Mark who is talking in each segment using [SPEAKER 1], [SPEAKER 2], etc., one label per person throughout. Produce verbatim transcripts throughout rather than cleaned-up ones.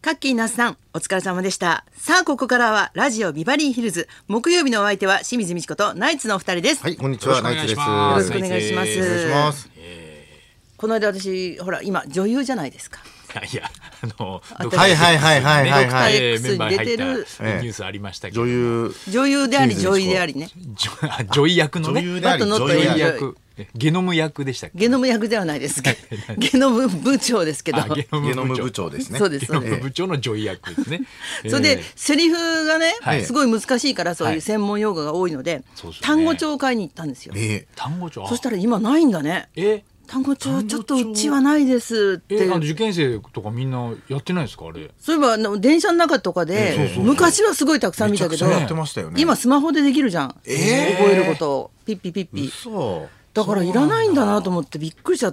[SPEAKER 1] カッキー那須さん、お疲れ様でした。さあここからはラジオビバリーヒルズ、木曜日のお相手は清水美智子とナイツのお二人です。
[SPEAKER 2] はい、こんにちは、ナイツです。よ
[SPEAKER 1] ろしくお願いします。
[SPEAKER 2] お願いします。
[SPEAKER 1] この間私ほら今女優じゃないですか。
[SPEAKER 3] いや、あの
[SPEAKER 2] はいはいはいはいはいはい。
[SPEAKER 1] ドクター X に出てる
[SPEAKER 3] ニュースありましたけど、
[SPEAKER 2] 女優
[SPEAKER 1] 女優であり女優でありね。
[SPEAKER 3] 女医役のね、
[SPEAKER 2] 女優であり
[SPEAKER 3] 女医役、ゲノム役でしたっけ？
[SPEAKER 1] ゲノム役ではないですけど、ゲノム部長ですけど、
[SPEAKER 3] ゲ
[SPEAKER 2] ノム部長ですね。
[SPEAKER 1] そうです。
[SPEAKER 3] ゲノム部長の女医役ですね。
[SPEAKER 1] それでセリフがね、
[SPEAKER 3] はい
[SPEAKER 1] すごい難しいからそういう専門用語が多いので、
[SPEAKER 3] そうですね
[SPEAKER 1] 単語帳を買いに行ったんですよ。
[SPEAKER 2] え
[SPEAKER 3] 単語帳。
[SPEAKER 1] そしたら今ないんだね。
[SPEAKER 3] え、
[SPEAKER 1] 単語帳ちょっとうちはないですって。
[SPEAKER 3] え、あの受験生とかみんなやってないですかあれ？
[SPEAKER 1] そういえばあの電車の中とかで、
[SPEAKER 2] そうそうそう
[SPEAKER 1] 昔はすごいたくさん見たけど、
[SPEAKER 2] めちゃくちゃやってましたよね。
[SPEAKER 1] 今スマホでできるじゃん。
[SPEAKER 2] えー
[SPEAKER 1] 覚えることをピッピピッピ。
[SPEAKER 2] そう。
[SPEAKER 1] だからいらないんだなと思ってびっくりしちゃった。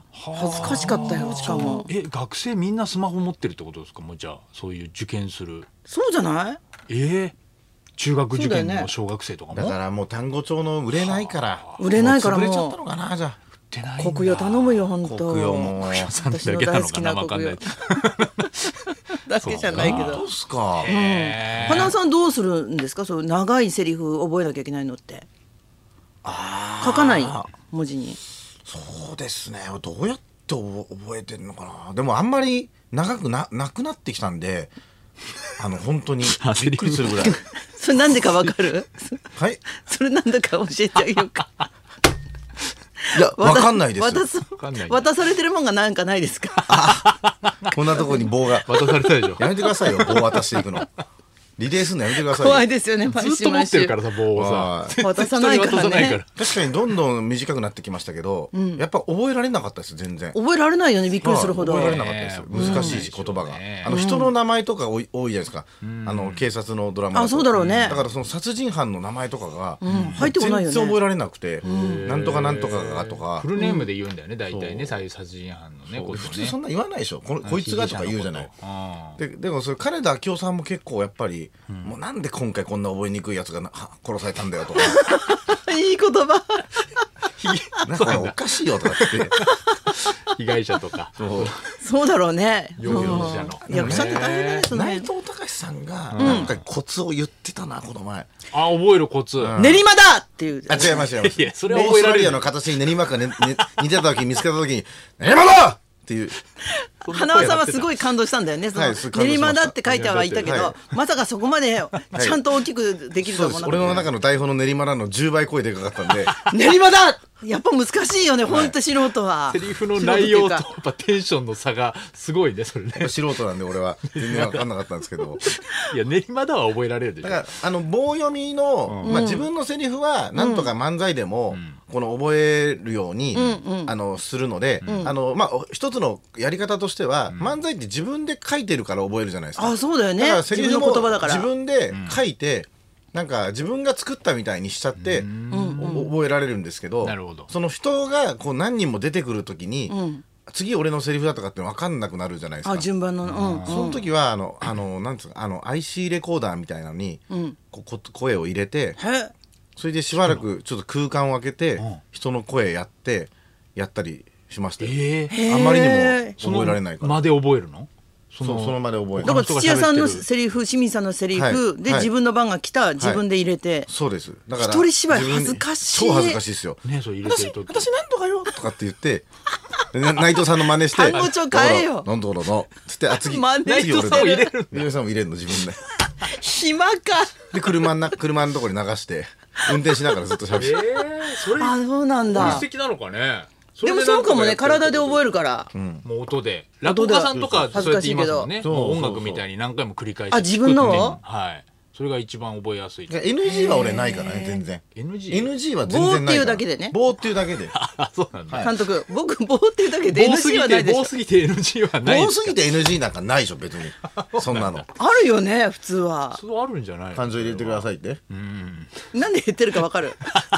[SPEAKER 1] 恥ずかしかったよ。しかも
[SPEAKER 3] え、学生みんなスマホ持ってるってことですか？もうじゃあそういう受験する。
[SPEAKER 1] そうじゃない？
[SPEAKER 3] えー、中学受験
[SPEAKER 1] そうだよね
[SPEAKER 3] の小学生とかも。
[SPEAKER 2] だからもう単語帳の売れないから
[SPEAKER 1] 売れないからもう
[SPEAKER 2] 潰れちゃったのかな。じゃあ
[SPEAKER 3] 売ってないんだ。
[SPEAKER 1] 国用頼むよ本当。
[SPEAKER 2] 国用も
[SPEAKER 3] さん
[SPEAKER 1] 私の
[SPEAKER 3] だけなの
[SPEAKER 1] 大好きな
[SPEAKER 3] かなわかん
[SPEAKER 1] 国用
[SPEAKER 3] ない。
[SPEAKER 1] だけじゃないけど
[SPEAKER 2] どう。すか。
[SPEAKER 3] えー
[SPEAKER 1] 花尾さんどうするんですか？そう長いセリフ覚えなきゃいけないのって。書かない文字に。
[SPEAKER 2] そうですね。どうやって覚えてるのかな。でもあんまり長くななくなってきたんで、あの本当にびっくりするぐらい。
[SPEAKER 1] それなんでかわかる？
[SPEAKER 2] はい。
[SPEAKER 1] それなんだか教えてあげようか。
[SPEAKER 2] いや、わかんないですよ。
[SPEAKER 1] 渡す
[SPEAKER 3] かんない
[SPEAKER 1] 渡されてるもんがなんかないですか？
[SPEAKER 2] こんなところに棒が。
[SPEAKER 3] 渡されたでしょ。
[SPEAKER 2] やめてくださいよ、棒渡していくの。リレーすんのやめてくださいよ。
[SPEAKER 1] 怖いですよね。
[SPEAKER 3] ずっと持ってるからさ、棒をさ。
[SPEAKER 2] はい
[SPEAKER 1] 渡さないからね。
[SPEAKER 3] 人に渡さないから。
[SPEAKER 2] 確かにどんどん短くなってきましたけど、やっぱ覚えられなかったです全然。
[SPEAKER 1] 覚えられないよね。びっくりするほど。
[SPEAKER 2] 覚えられなかったです。難しいし言葉が。あの人の名前とか多い多いじゃないですか。あの警察のドラマだと。
[SPEAKER 1] あ、そうだろうね。
[SPEAKER 2] だからその殺人犯の名前とかが
[SPEAKER 1] 入ってこないよね。
[SPEAKER 2] 全然覚えられなくて、なんとかなんとかがとか。
[SPEAKER 3] フルネームで言うんだよね、大体ね、そういう殺人犯のね、ことね。
[SPEAKER 2] 普通そんな言わないでしょ。ここいつがとか言うじゃない。
[SPEAKER 3] あ
[SPEAKER 2] ででもそれ金田明夫さんも結構やっぱりもうなんで今回こんな覚えにくいやつがなは殺されたんだよとか。
[SPEAKER 1] いい言葉。
[SPEAKER 2] なんかおかしいよとかって。
[SPEAKER 3] 被害者とか。
[SPEAKER 2] そう
[SPEAKER 1] そうだろうね。
[SPEAKER 3] 容疑者の
[SPEAKER 1] うん役者って大変だね。その
[SPEAKER 2] 内
[SPEAKER 1] 辺
[SPEAKER 2] 藤隆さんがなんかコツを言ってたなこの前。
[SPEAKER 3] あ、覚えるコツ。
[SPEAKER 1] 練馬だっていう。
[SPEAKER 2] あ、違います違います。
[SPEAKER 3] いや、それ
[SPEAKER 2] オ
[SPEAKER 3] は覚えられる
[SPEAKER 2] ーストラリアの形に練馬区が、ねね、似てた時に見つけた時に練馬だっていう。
[SPEAKER 1] 花輪さんはすごい感動したんだよね。その
[SPEAKER 2] はいすごい感動しました
[SPEAKER 1] 練馬だって書いてはいたけど
[SPEAKER 2] は、
[SPEAKER 1] まさかそこまでちゃんと大きくできると
[SPEAKER 2] そうです。
[SPEAKER 1] は思わなかった。
[SPEAKER 2] 俺の中の台本の練馬なのじゅうばい声でかかったんで。
[SPEAKER 1] 練馬だ。やっぱ難しいよね。本当素人は。
[SPEAKER 3] セリフの内容とや
[SPEAKER 1] 素人っていうか
[SPEAKER 3] っぱテンションの差がすごいね、それね。
[SPEAKER 2] 素人なんで俺は全然分かんなかったんですけど。
[SPEAKER 3] いや、練馬だは覚えられるでしょ。
[SPEAKER 2] だからあの棒読みの、まあ、自分のセリフはなんとか漫才でも、この覚えるように、あのするので、あのまあ一つのやり方としては、漫才って自分で書いてるから覚えるじゃないですか。
[SPEAKER 1] あ、そうだよね。
[SPEAKER 2] だからセリフ
[SPEAKER 1] 自分
[SPEAKER 2] も
[SPEAKER 1] の言葉だから。
[SPEAKER 2] 自分で書いて、なんか自分が作ったみたいにしちゃって、お覚えられるんですけど、
[SPEAKER 3] なるほど。
[SPEAKER 2] その人がこう何人も出てくるときに、次俺のセリフだとかって分かんなくなるじゃないですか。
[SPEAKER 1] あ、順番の。うん。
[SPEAKER 2] その時はあのあのなんつうかあの アイシー レコーダーみたいなのに、ここ声を入れて、
[SPEAKER 1] へ。
[SPEAKER 2] それでしばらくちょっと空間を空けて、
[SPEAKER 3] ん
[SPEAKER 2] 人の声やってやったりしましたよ。
[SPEAKER 3] ええ。
[SPEAKER 2] あんまりにも
[SPEAKER 3] その
[SPEAKER 2] 覚えられないから。
[SPEAKER 3] 間で覚えるの？
[SPEAKER 2] そのその場で覚える。
[SPEAKER 1] だから土屋さんの
[SPEAKER 3] 他の人が喋ってる
[SPEAKER 1] セリフ、清水さんのセリ
[SPEAKER 2] はい
[SPEAKER 1] フで
[SPEAKER 2] はい
[SPEAKER 1] 自分の番が来た自分で入れて。
[SPEAKER 2] そうです。だから
[SPEAKER 1] 一人芝居
[SPEAKER 2] 自分
[SPEAKER 1] 恥ずかしい
[SPEAKER 2] 超恥ずかしいですよ。
[SPEAKER 3] ね、そう入れてるとき。
[SPEAKER 2] 私なんとかよとかって言ってでな内藤さんの真似して
[SPEAKER 1] 単語帳変えよ
[SPEAKER 2] だからなんとかだなつってあ次
[SPEAKER 1] 真似
[SPEAKER 2] 次俺
[SPEAKER 1] 内藤さんを入れ
[SPEAKER 3] る
[SPEAKER 2] 井上さんも入れるの自分で
[SPEAKER 1] 暇か。
[SPEAKER 2] で車のな車のところに流して運転しながらずっと喋って
[SPEAKER 3] ええ、それ
[SPEAKER 1] あ、そうなんだ
[SPEAKER 3] 素。敵なのかね。
[SPEAKER 1] でもそうかもね。体で覚え
[SPEAKER 3] る。
[SPEAKER 1] るから。
[SPEAKER 3] もう音で。落語家さんとかそうやって言いますもんね。
[SPEAKER 2] そうそう
[SPEAKER 3] もう音楽みたいに何回も繰り返して。
[SPEAKER 1] あ、自分のを
[SPEAKER 3] 聞くってはい。それが一番覚えやすい。
[SPEAKER 2] エヌジー は俺ないからね全然
[SPEAKER 3] エヌジー？
[SPEAKER 2] エヌジー は全然ないから
[SPEAKER 1] 棒っていうだけでね
[SPEAKER 2] 棒っていうだけで
[SPEAKER 3] あ、そうなんだ。
[SPEAKER 1] 監督、僕棒っていうだけで エヌジー はないでしょ。
[SPEAKER 3] 棒すぎて エヌジー はないですか。
[SPEAKER 2] 棒すぎて エヌジー なんかないでしょ別にそんなの
[SPEAKER 1] あるよね普通は。
[SPEAKER 3] それあるんじゃない？
[SPEAKER 2] 感情入れてくださいって
[SPEAKER 1] なんで言ってるかわかる。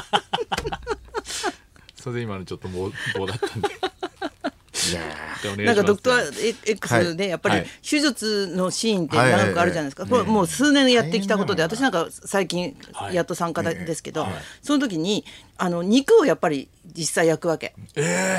[SPEAKER 3] それで今のちょっと棒棒だったんで。
[SPEAKER 2] いや
[SPEAKER 1] なんかドクタ
[SPEAKER 3] ー
[SPEAKER 1] ー X でやっぱり
[SPEAKER 2] はい
[SPEAKER 1] 手術のシーンって長くあるじゃないですか。これもう数年やってきたことで、
[SPEAKER 2] 大変
[SPEAKER 1] 私なんか最近やっと参加ですけど、
[SPEAKER 2] はい
[SPEAKER 1] その時にあの肉をやっぱり実際焼くわけ。
[SPEAKER 3] え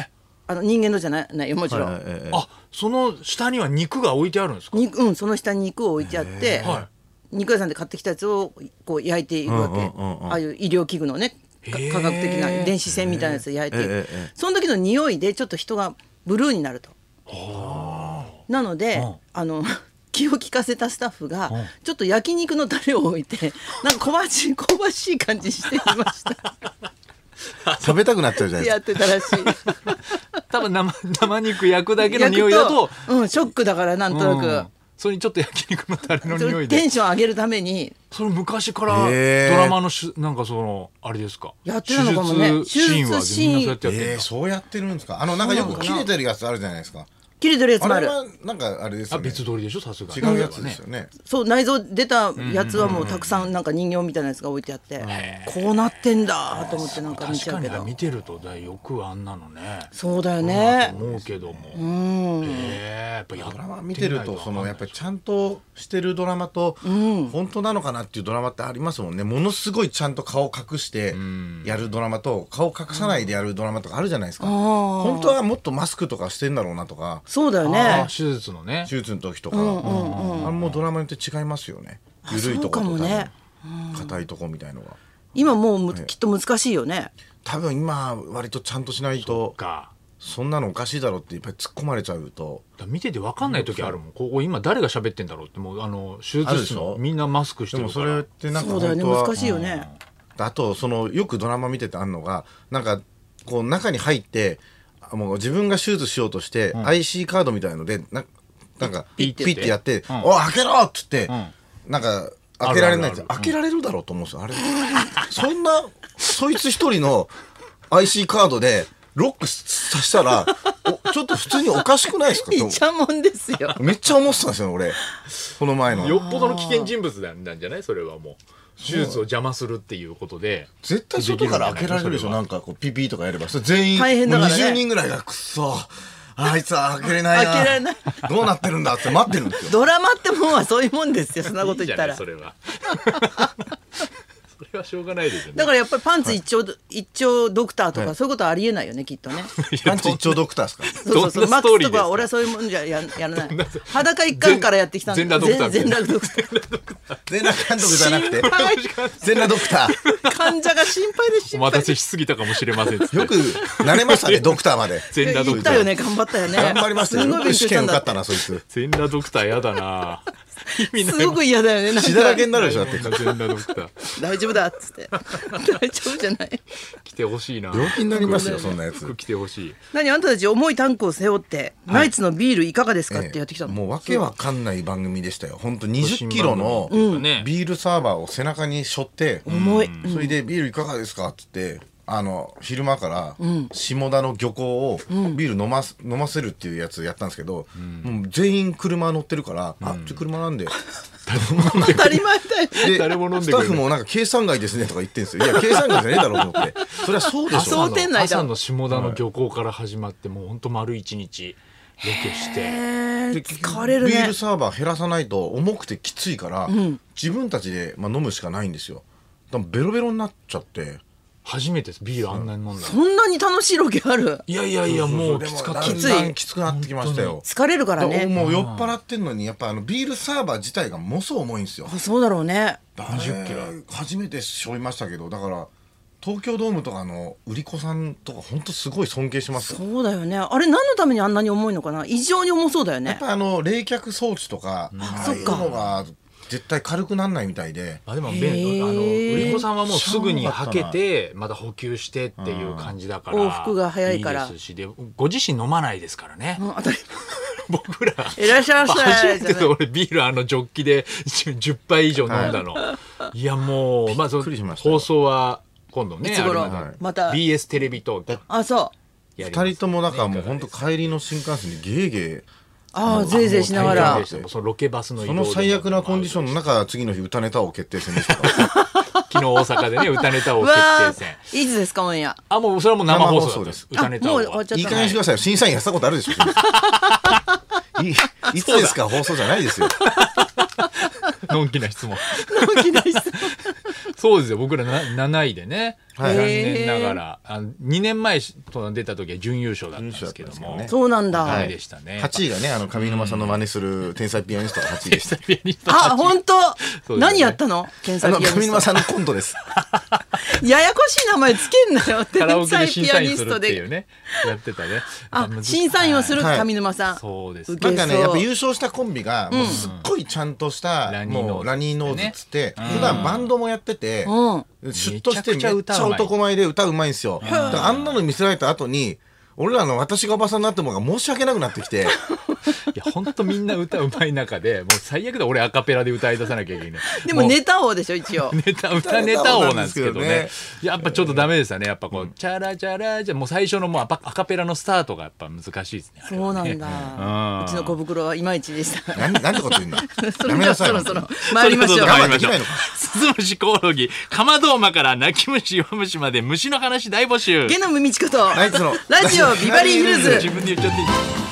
[SPEAKER 1] あの人間のじゃないないよもちろん、
[SPEAKER 2] はいはいええ
[SPEAKER 3] あ、その下には肉が置いてあるんですか？
[SPEAKER 1] 肉うんその下に肉を置いてあって、
[SPEAKER 3] は
[SPEAKER 1] 肉屋さんで買ってきたやつをこう焼いていくわけ、
[SPEAKER 2] うんうんうんうん
[SPEAKER 1] ああいう医療器具のねか
[SPEAKER 3] へー
[SPEAKER 1] 科学的な電子線みたいなやつで焼いていく、
[SPEAKER 2] ええええ
[SPEAKER 1] その時の匂いでちょっと人がブルーになると。なので、
[SPEAKER 3] うん
[SPEAKER 1] あの気を利かせたスタッフが
[SPEAKER 3] うん
[SPEAKER 1] ちょっと焼肉のタレを置いてなんか香ばしい香ばしい感じしていました
[SPEAKER 2] 食べたくなっちゃうじゃないです
[SPEAKER 1] やってたらしい
[SPEAKER 3] 多分生生肉焼くだけの匂いだと、
[SPEAKER 1] 焼くとうん、ショックだからなんとなく、
[SPEAKER 3] うんそれにちょっと焼肉のタレの
[SPEAKER 1] それ
[SPEAKER 3] 匂いで、
[SPEAKER 1] テンション上げるために
[SPEAKER 3] それ昔から
[SPEAKER 2] へー
[SPEAKER 3] ドラマのしなんかそのあれですか、
[SPEAKER 1] やってたのかもね
[SPEAKER 3] 手術シーンは
[SPEAKER 1] 手術シーン
[SPEAKER 3] みんなそうやってやってるんだ、
[SPEAKER 2] えー、そうやってるんですか。あのなんかよく切れてるやつあるじゃないですか。
[SPEAKER 1] 切れてるやつもある
[SPEAKER 2] あれはなんかあれです
[SPEAKER 3] あ
[SPEAKER 2] よね。
[SPEAKER 3] 別撮りでしょ、さすがに
[SPEAKER 2] 違うやつですよね。
[SPEAKER 1] そう内臓出たやつはもうたくさんなんか人形みたいなやつが置いてあって、こうなってんだと思ってなんか見
[SPEAKER 3] 確かに
[SPEAKER 1] ちゃうけど
[SPEAKER 3] 見てるとだよくあんなのね
[SPEAKER 1] そうだよね
[SPEAKER 3] 思うけども、
[SPEAKER 1] うん
[SPEAKER 3] えー、やっぱや
[SPEAKER 2] ドラマ見てるとそのやっぱりちゃんとしてるドラマと本当なのかなっていうドラマってありますもんね。ものすごいちゃんと顔隠してやるドラマと顔隠さないでやるドラマとかあるじゃないですか。本当はもっとマスクとかしてんだろうなとか、
[SPEAKER 1] そうだよ
[SPEAKER 3] あ
[SPEAKER 1] ね
[SPEAKER 3] 手術のね
[SPEAKER 2] 手術の時とか、あれもドラマによって違いますよね。緩いところとか
[SPEAKER 1] そうかもね
[SPEAKER 2] 硬いとこみたいのが。
[SPEAKER 1] 今もうむきっと難しいよね
[SPEAKER 2] 多分今割とちゃんとしないと
[SPEAKER 3] か
[SPEAKER 2] そんなのおかしいだろうっていっぱい突っ込まれちゃうと。
[SPEAKER 3] だ見てて分かんない時あるもん、ここ今誰が喋ってんだろうってもうあの手術室
[SPEAKER 2] あるでしょ
[SPEAKER 3] のみんなマスクして
[SPEAKER 2] でもそ
[SPEAKER 3] るから
[SPEAKER 2] れってなんか
[SPEAKER 1] そうだよね
[SPEAKER 2] 本当は
[SPEAKER 1] 難しいよね
[SPEAKER 2] あとそのよくドラマ見ててあるのがなんかこう中に入ってもう自分が手術しようとして、アイシー カードみたいのでななんかピ
[SPEAKER 3] ピッて
[SPEAKER 2] ッてやって「
[SPEAKER 3] うん
[SPEAKER 2] おい開けろ!」っつって、
[SPEAKER 3] ん
[SPEAKER 2] なんか開けられないんですよ。
[SPEAKER 3] あるあるある
[SPEAKER 2] 開けられるだろうと思うんですよあれそんなそいつ一人の アイシー カードでロックさせたらおちょっと普通におかしくないですか
[SPEAKER 1] いちゃもんですよ
[SPEAKER 2] めっちゃ思ってたんですよ俺この前の。
[SPEAKER 3] よっぽどの危険人物なんじゃない、それはもう手術を邪魔するっていうことで
[SPEAKER 2] 絶対外から開けられるでしょ。なんかこうピピーとかやればそれ全員
[SPEAKER 1] 大変だからね
[SPEAKER 2] もうにじゅうにんぐらいがくっそあいつは開けれないな
[SPEAKER 1] 開けられない
[SPEAKER 2] どうなってるんだって待ってるんですよ。
[SPEAKER 1] ドラマってもんはそういうもんですよそんなこと
[SPEAKER 3] いいじゃ
[SPEAKER 1] 言ったら
[SPEAKER 3] ないそれはそれはしょうがないですよね。
[SPEAKER 1] だからやっぱりパンツ一丁、一丁ドクターとかそういうことはありえないよねきっとね
[SPEAKER 2] パンチ一丁ドクターですか。
[SPEAKER 1] そうそうそう
[SPEAKER 3] どんな
[SPEAKER 1] マックスと
[SPEAKER 3] ストーリーですか
[SPEAKER 1] かは俺はそういうもんじゃややらない裸一貫からやってきたん
[SPEAKER 3] 全裸ドクターみたい
[SPEAKER 1] 全
[SPEAKER 3] な
[SPEAKER 1] 裸ドクター
[SPEAKER 2] 全裸監督じゃなくて
[SPEAKER 1] 心配
[SPEAKER 2] 全裸ドクター
[SPEAKER 1] 患者が心配で
[SPEAKER 3] お
[SPEAKER 1] 心配
[SPEAKER 3] 待たせしすぎたかもしれませんっつって
[SPEAKER 2] よくなれましたねドクターまで。
[SPEAKER 3] 全裸ドクター
[SPEAKER 1] 行ったよね頑張ったよね
[SPEAKER 2] 頑張りましたよ。
[SPEAKER 1] すごい勉強
[SPEAKER 2] よく試
[SPEAKER 1] したんだって
[SPEAKER 2] 験受かったなそいつ。
[SPEAKER 3] 全裸ドクターやだな意味ない
[SPEAKER 1] すごく嫌だよねなんか
[SPEAKER 2] 血だらけになるでしょだって。
[SPEAKER 3] 全裸ドクター
[SPEAKER 1] 大丈夫だっつって大丈夫じゃない
[SPEAKER 3] 来てほしいな
[SPEAKER 2] 病気になりますよそんなやつ
[SPEAKER 3] 服。来てほしい。
[SPEAKER 1] 何あんたたち重いタンクを背負って、ナイツのビールいかがですかっ
[SPEAKER 2] ええ
[SPEAKER 1] てやってきたの、
[SPEAKER 2] もうわけわかんない番組でしたよ。本当にじゅっキロの
[SPEAKER 3] 新番組というかね
[SPEAKER 2] ビールサーバーを背中に背負って、
[SPEAKER 1] 重い、
[SPEAKER 2] それでビールいかがですかって言ってあの昼間から下田の漁港をビール飲ます飲ませるっていうやつやったんですけど、もう全員車乗ってるから、あっち車なんで
[SPEAKER 1] 当たり前だよ
[SPEAKER 2] で
[SPEAKER 3] 誰も飲んでくれない
[SPEAKER 2] スタッフもなんか計算外ですねとか言ってんですよ。いや計算外じゃねえだろうと思ってそれはそうでしょ。
[SPEAKER 1] 想定内だ
[SPEAKER 3] 朝の下田の漁港から始まってもうほんと丸一日ロケして、
[SPEAKER 1] えー、
[SPEAKER 2] で
[SPEAKER 1] 疲れるね
[SPEAKER 2] ビールサーバー減らさないと重くてきついから、自分たちで、まあ、飲むしかないんですよ。だからベロベロになっちゃって
[SPEAKER 3] 初めてですビールあんなに飲んだ
[SPEAKER 1] そ
[SPEAKER 3] の。
[SPEAKER 1] んなに楽しいロケある
[SPEAKER 3] いやいやいやもう
[SPEAKER 2] でも
[SPEAKER 3] きつかった
[SPEAKER 2] だんだんきつくなってきましたよ。
[SPEAKER 1] 疲れるから
[SPEAKER 2] だから
[SPEAKER 1] ね
[SPEAKER 2] もう酔っ払ってんのにやっぱあのビールサーバー自体がものすごい重いんですよ。
[SPEAKER 1] あそうだろうね
[SPEAKER 2] にじゅっキロ初めて背負いましたけど、だから東京ドームとかの売り子さんとか本当すごい尊敬しますよ。
[SPEAKER 1] そうだよねあれ何のためにあんなに重いのかな異常に重そうだよね
[SPEAKER 2] やっぱあの冷却装置とか、ああいうのが絶対軽くなんないみたいで。
[SPEAKER 3] あでも
[SPEAKER 1] へー
[SPEAKER 3] べんあの売り子さんはもうすぐにはけてまた補給してっていう感じだから
[SPEAKER 1] 往復が早いから
[SPEAKER 3] いいですしでご自身飲まないですからね、
[SPEAKER 1] うん当たり
[SPEAKER 3] 僕ら
[SPEAKER 1] いらっしゃいませ
[SPEAKER 3] 初めてで俺ビールあのジョッキでじゅっぱい以上飲んだの、い、やもうまあそ
[SPEAKER 2] びっくりしましたよ
[SPEAKER 3] 放送は今度ね
[SPEAKER 1] いつ頃
[SPEAKER 3] あれまで
[SPEAKER 1] また
[SPEAKER 3] ビーエス テレビ東京
[SPEAKER 1] あそう
[SPEAKER 3] やります
[SPEAKER 2] 二人ともだからもう本当帰りの新幹線でゲーゲー
[SPEAKER 1] ああぜいぜいしながら
[SPEAKER 3] 大変でしたもうそのロケバスの移動でも
[SPEAKER 2] その最悪なコンディションの中次の日歌ネタを決定戦でしたから
[SPEAKER 3] 昨日大阪でね歌ネタを
[SPEAKER 1] う
[SPEAKER 3] 決
[SPEAKER 1] わ
[SPEAKER 3] 定戦
[SPEAKER 1] ーいつですかオンエア
[SPEAKER 3] あもうそれはもう生放送だった
[SPEAKER 2] 生放送です
[SPEAKER 3] 歌ネタ
[SPEAKER 1] あもう
[SPEAKER 3] を
[SPEAKER 1] 終わっちゃった
[SPEAKER 2] いい加減にしてくださいよ。審査員やったことあるでしょいいいつですか放送じゃないですよ。
[SPEAKER 3] のんきな質問
[SPEAKER 1] 大きな人
[SPEAKER 3] そうですよ、僕らななないでね、
[SPEAKER 2] はい、
[SPEAKER 3] 残念ながらあのにねんまえと出た時は準優勝だったんですけども、
[SPEAKER 2] ね、
[SPEAKER 1] そうなんだ、
[SPEAKER 3] はい、でしたね。
[SPEAKER 2] はちいがね、あの上沼さんの真似する天才ピアニストがはちいでした。
[SPEAKER 3] ピアニスト
[SPEAKER 1] あ、本当、
[SPEAKER 3] ね、
[SPEAKER 1] 何やったの天才ピアニスト。
[SPEAKER 2] 上沼さんのコントです
[SPEAKER 1] ややこしい名前つけんなよ。
[SPEAKER 3] カラオケで
[SPEAKER 1] 天才
[SPEAKER 3] 審査員
[SPEAKER 1] ピアニスト
[SPEAKER 3] するっていう
[SPEAKER 1] で
[SPEAKER 3] ねやってたね。
[SPEAKER 1] あ、審査員をする上沼さん、
[SPEAKER 3] はい、そうです。
[SPEAKER 2] なんかね、やっぱ優勝したコンビがもうすっごいちゃんとした、
[SPEAKER 3] うん、
[SPEAKER 2] もうラニーノーズっつって、
[SPEAKER 3] ね、
[SPEAKER 2] 普段バンドもやってて、うん、シュッとしてめっちゃ男前で歌うまいんですよ。だからあんなの見せられた後に俺らの私がおばさんになってもが申し訳なくなってきて
[SPEAKER 3] いや本当みんな歌うまい中でもう最悪だ、俺アカペラで歌い出さなきゃいけない。
[SPEAKER 1] でもネタ王でしょ一応。
[SPEAKER 3] ネタ歌ネタ王なんですけどね。やっぱちょっとダメでしたね。やっぱこう、うん、チャラチャラじゃもう最初のもうアカペラのスタートがやっぱ難しいですね。
[SPEAKER 1] そうなんだ、うん、うちの小袋はいまいちでした。
[SPEAKER 2] なんなんてこと言うんだ
[SPEAKER 1] それではそろそろ参りましょう。
[SPEAKER 3] 参りましょう。スズムシコオロギ、カマドウマから泣き虫弱虫まで虫の話大募集。
[SPEAKER 1] ゲノムミチコと
[SPEAKER 2] ナイツの
[SPEAKER 1] ラジオビバリーヒルズ。
[SPEAKER 3] 自分で言っちゃっていい。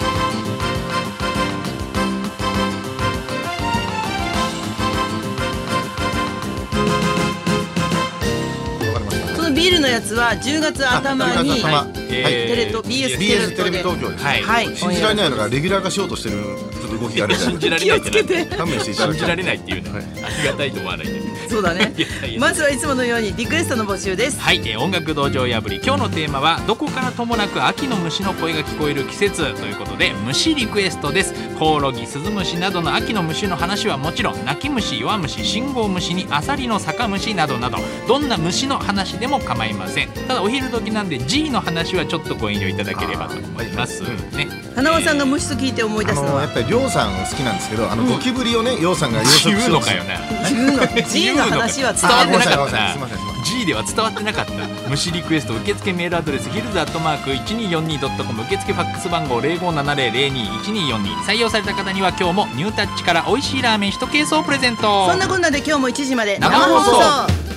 [SPEAKER 1] そのビールのやつはじゅうがつ頭にテレ東 ビーエス
[SPEAKER 2] ビーエス テレビ東京です。はい。信じられないのがレギュラー化しようとしてるちょっと動きがあるじゃないですか。
[SPEAKER 1] 気をつけて。
[SPEAKER 2] 勘弁していただきたい。
[SPEAKER 3] 信じられないっていうのはありがたいと思わないで。
[SPEAKER 1] そうだね。まずはいつものようにリクエストの募集です。
[SPEAKER 3] はい、えー、音楽道場破り、今日のテーマはどこからともなく秋の虫の声が聞こえる季節ということで虫リクエストです。コオロギ、スズムシなどの秋の虫の話はもちろん、泣き虫、弱虫、信号虫にアサリの酒虫などなど、どんな虫の話でも構いません。ただお昼時なんで G の話はちょっとご遠慮いただければと思います、うんね。
[SPEAKER 1] 花輪さんが虫と聞いて思い出すのは、
[SPEAKER 2] やっぱりりょうさん好きなんですけど、あのゴキブリをね、りょうさんが養殖しようと
[SPEAKER 3] 言うのかよな。
[SPEAKER 1] G の話は
[SPEAKER 3] 伝わってなかった。
[SPEAKER 2] すいません。
[SPEAKER 3] G では伝わってなかった。虫リクエスト受付メールアドレスヒルズアットマーク いちにーよんにードットコム、 受付ファックス番号 ゼロごーななゼロ ゼロにーいちにーよんにー。採用された方には今日もニュータッチから美味しいラーメンいちケースをプレゼント。
[SPEAKER 1] そんなこんなで今日もいちじまで
[SPEAKER 3] 生放送。